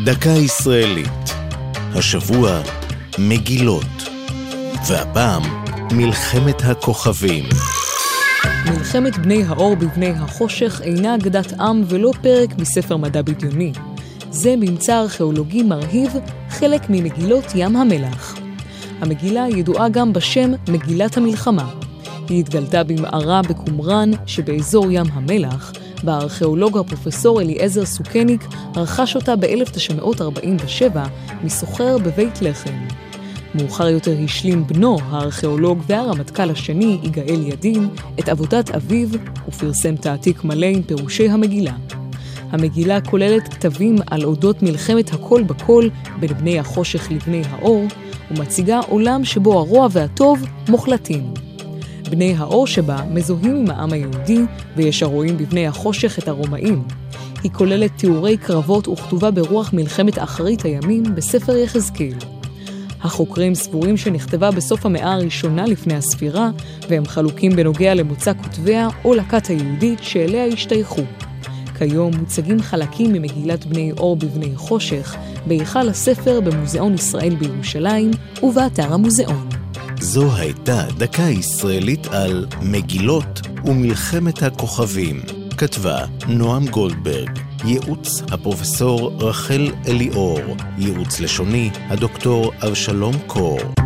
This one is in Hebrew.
דקה ישראלית. השבוע מגילות. והפעם מלחמת הכוכבים. מלחמת בני האור בבני החושך אינה אגדת עם ולא פרק מספר מדע בדיוני. זה ממצא ארכיאולוגי מרהיב, חלק ממגילות ים המלח. המגילה ידועה גם בשם מגילת המלחמה. היא התגלתה במערה בקומראן שבאזור ים המלח, והארכיאולוג הפרופסור אליעזר סוכניק רכש אותה ב-1947 מסוחר בבית לחם. מאוחר יותר השלים בנו, הארכיאולוג והרמטכ"ל השני, יגאל ידין, את עבודת אביו ופרסם תעתיק מלא עם פירושי המגילה. המגילה כוללת כתבים על אודות מלחמת הכל בכל בין בני החושך לבני האור, ומציגה עולם שבו הרוע והטוב מוחלטים. בני האור שבה מזוהים עם העם היהודי, ויש הרואים בבני החושך את הרומאים. היא כוללת תיאורי קרבות וכתובה ברוח מלחמת אחרית הימים בספר יחזקאל. החוקרים סבורים שנכתבה בסוף המאה הראשונה לפני הספירה, והם חלוקים בנוגע למוצא כותביה או לכת היהודית שאליה השתייכו. כיום מוצגים חלקים ממגילת בני אור בבני חושך, בהיכל הספר במוזיאון ישראל בירושלים ובאתר המוזיאון. זו הייתה דקה ישראלית על מגילות ומלחמת הכוכבים. כתבה נועם גולדברג. ייעוץ הפרופסור רחל אליאור. ייעוץ לשוני הדוקטור אבשלום קור.